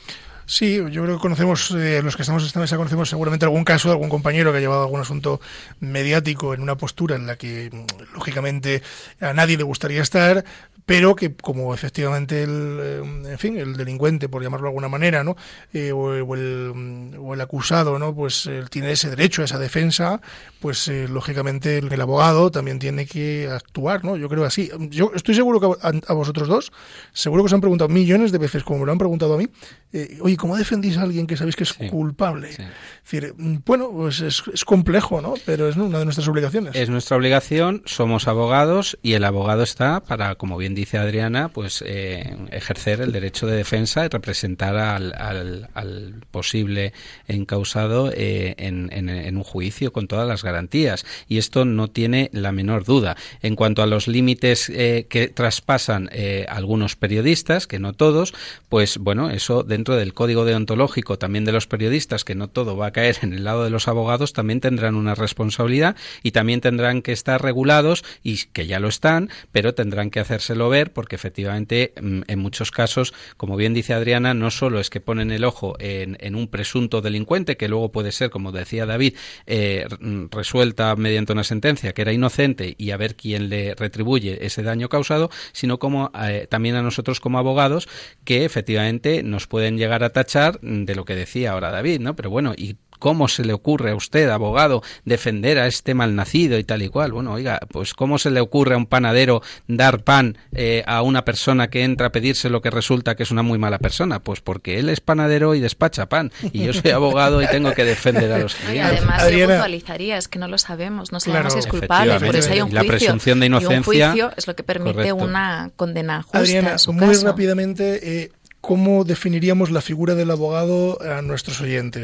Sí, yo creo que conocemos, eh, los que estamos en esta mesa conocemos seguramente algún caso de algún compañero que ha llevado algún asunto mediático en una postura en la que, lógicamente, a nadie le gustaría estar, pero que como efectivamente el, en fin, el delincuente, por llamarlo de alguna manera, ¿no?, eh, o, o, el, o el acusado, ¿no?, pues eh, tiene ese derecho a esa defensa, pues eh, lógicamente el, el abogado también tiene que actuar, ¿no? Yo creo así. Yo estoy seguro que a, a vosotros dos, seguro que os han preguntado millones de veces, como me lo han preguntado a mí, eh, oye, ¿cómo defendís a alguien que sabéis que es sí, culpable? Sí. Es decir, bueno, pues es, es complejo, ¿no?, pero es una de nuestras obligaciones. Es nuestra obligación, somos abogados y el abogado está para, como bien dice Adriana, pues eh, ejercer el derecho de defensa y representar al, al, al posible encausado eh, en, en, en un juicio con todas las garantías. Y esto no tiene la menor duda. En cuanto a los límites eh, que traspasan eh, algunos periodistas, que no todos, pues bueno, eso dentro del código deontológico también de los periodistas, que no todo va a caer en el lado de los abogados, también tendrán una responsabilidad y también tendrán que estar regulados, y que ya lo están, pero tendrán que hacérselo ver, porque efectivamente en muchos casos, como bien dice Adriana, no solo es que ponen el ojo en, en un presunto delincuente, que luego puede ser, como decía David, eh, resuelta mediante una sentencia que era inocente, y a ver quién le retribuye ese daño causado, sino como eh, también a nosotros como abogados, que efectivamente nos pueden llegar a tachar de lo que decía ahora David, ¿no? Pero bueno, y ¿cómo se le ocurre a usted, abogado, defender a este malnacido y tal y cual? Bueno, oiga, pues ¿cómo se le ocurre a un panadero dar pan eh, a una persona que entra a pedirse lo que resulta que es una muy mala persona? Pues porque él es panadero y despacha pan, y yo soy abogado y tengo que defender a los clientes. Además, Adriana, yo puntualizaría, es que no lo sabemos, no sabemos claro, si es culpable, por eso hay un juicio. La presunción de inocencia. Y un juicio es lo que permite correcto. Una condena justa. Adriana, en su muy caso. rápidamente, eh, ¿cómo definiríamos la figura del abogado a nuestros oyentes?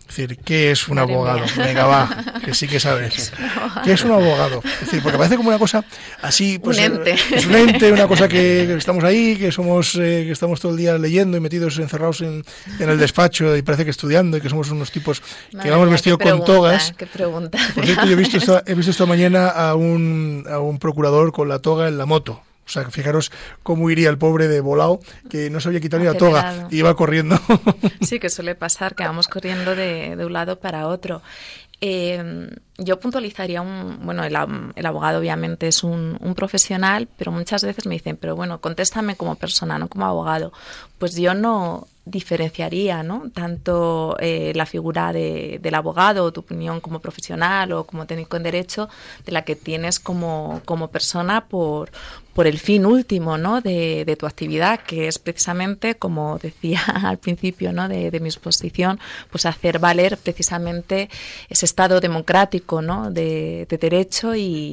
Es decir, ¿qué es un Madre abogado? mía. Venga, va, que sí que sabes. ¿Qué es un abogado? Es decir, porque parece como una cosa así, pues, Un ente. eh, es un ente, una cosa que estamos ahí, que somos, eh, que estamos todo el día leyendo y metidos, encerrados en, en el despacho y parece que estudiando y que somos unos tipos que Madre vamos mía, vestidos qué con pregunta, togas. Qué pregunta. Por cierto, yo he visto esta, he visto esta mañana a un, a un procurador con la toga en la moto. O sea, fijaros cómo iría el pobre de volado, que no se había quitado ni la toga Acelerado. y iba corriendo. Sí, que suele pasar, que vamos corriendo de, de un lado para otro. Eh, yo puntualizaría un, bueno, el, ab- el abogado obviamente es un, un profesional, pero muchas veces me dicen, pero bueno, contéstame como persona, no como abogado. Pues yo no diferenciaría, ¿no? Tanto eh, la figura de, del abogado, o tu opinión como profesional o como técnico en derecho, de la que tienes como, como persona por, por el fin último, ¿no? de, de tu actividad, que es precisamente, como decía al principio, ¿no? de, de mi exposición, pues hacer valer precisamente ese estado democrático, ¿no? de, de derecho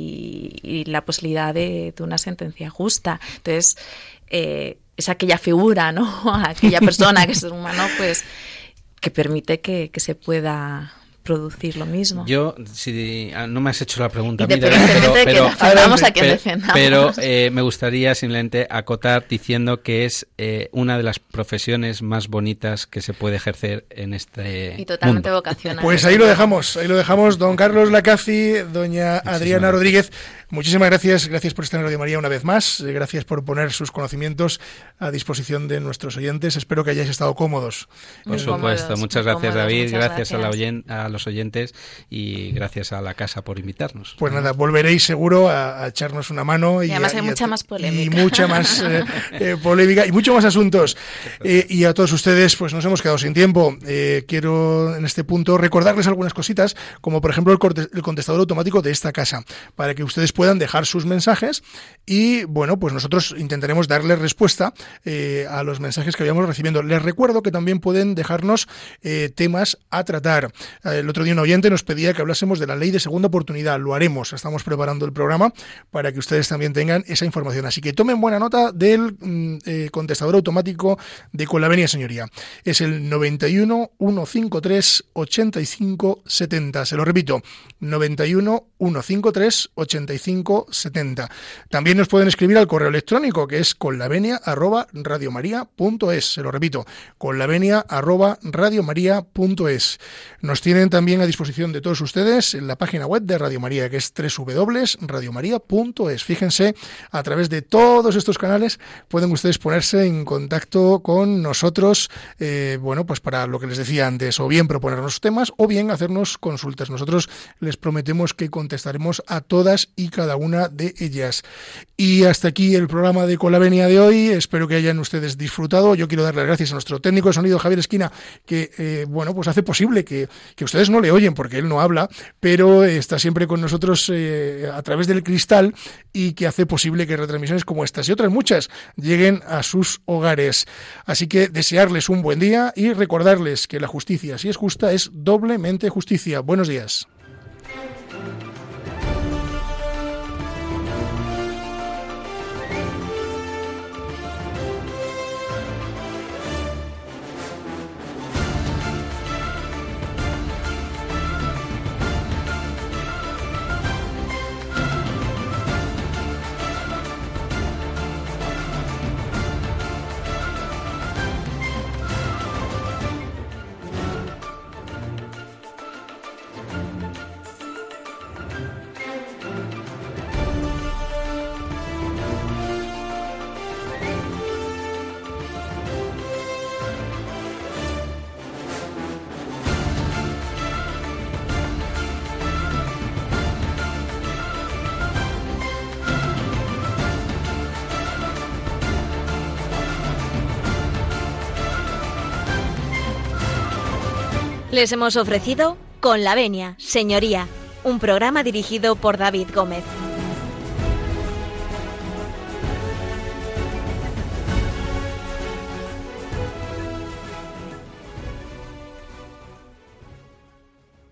y, y la posibilidad de, de una sentencia justa. Entonces, eh, es aquella figura, ¿no? aquella persona que es humano, pues que permite que, que se pueda producir lo mismo. Yo, si no me has hecho la pregunta, mira, Independientemente pero, de que pero, defendamos a quien pe- defendamos. pero eh, me gustaría simplemente acotar diciendo que es eh, una de las profesiones más bonitas que se puede ejercer en este Y totalmente mundo. vocacional. Pues ahí lo dejamos, ahí lo dejamos. Don Carlos Lacazi, doña Adriana gracias. Rodríguez, muchísimas gracias. Gracias por estar en Radio María una vez más. Eh, Gracias por poner sus conocimientos a disposición de nuestros oyentes. Espero que hayáis estado cómodos. Por Muy supuesto, cómodos, muchas muy gracias cómodos, David, muchas gracias, A, la gracias. oyen- a los oyentes y gracias a la casa por invitarnos. Pues nada, volveréis seguro a, a echarnos una mano. Y, Y además a- hay y a- mucha más polémica. Y mucha más eh, eh, polémica y mucho más asuntos. Eh, y a todos ustedes, pues nos hemos quedado sin tiempo. Eh, quiero en este punto recordarles algunas cositas, como por ejemplo el, corte- el contestador automático de esta casa, para que ustedes puedan dejar sus mensajes y, bueno, pues nosotros intentaremos darles respuesta eh, a los mensajes que vayamos recibiendo. Les recuerdo que también pueden dejarnos eh, temas a tratar. Eh, el otro día un oyente nos pedía que hablásemos de la ley de segunda oportunidad. Lo haremos. Estamos preparando el programa para que ustedes también tengan esa información. Así que tomen buena nota del mm, eh, contestador automático de Con la Venia, señoría. Es el noventa y uno, ciento cincuenta y tres, ochenta y cinco setenta. Se lo repito, noventa y uno, ciento cincuenta y tres, ochenta y cinco setenta. También nos pueden escribir al correo electrónico, que es conlavenia arroba radiomaria punto es. Se lo repito, conlavenia arroba radiomaria punto es. Nos tienen también a disposición de todos ustedes en la página web de Radio María, que es doble u doble u doble u punto radiomaria punto es. Fíjense, a través de todos estos canales pueden ustedes ponerse en contacto con nosotros, eh, bueno, pues para lo que les decía antes, o bien proponernos temas, o bien hacernos consultas. Nosotros les prometemos que contestaremos a todas y cada una de ellas. Y hasta aquí el programa de Con la Venia de hoy. Espero que hayan ustedes disfrutado. Yo quiero dar las gracias a nuestro técnico de sonido, Javier Esquina, que, eh, bueno, pues hace posible que, que ustedes no le oyen porque él no habla, pero está siempre con nosotros eh, a través del cristal y que hace posible que retransmisiones como estas y otras muchas lleguen a sus hogares. Así que desearles un buen día y recordarles que la justicia, si es justa, es doblemente justicia. Buenos días. Les hemos ofrecido Con la Venia, señoría, un programa dirigido por David Gómez.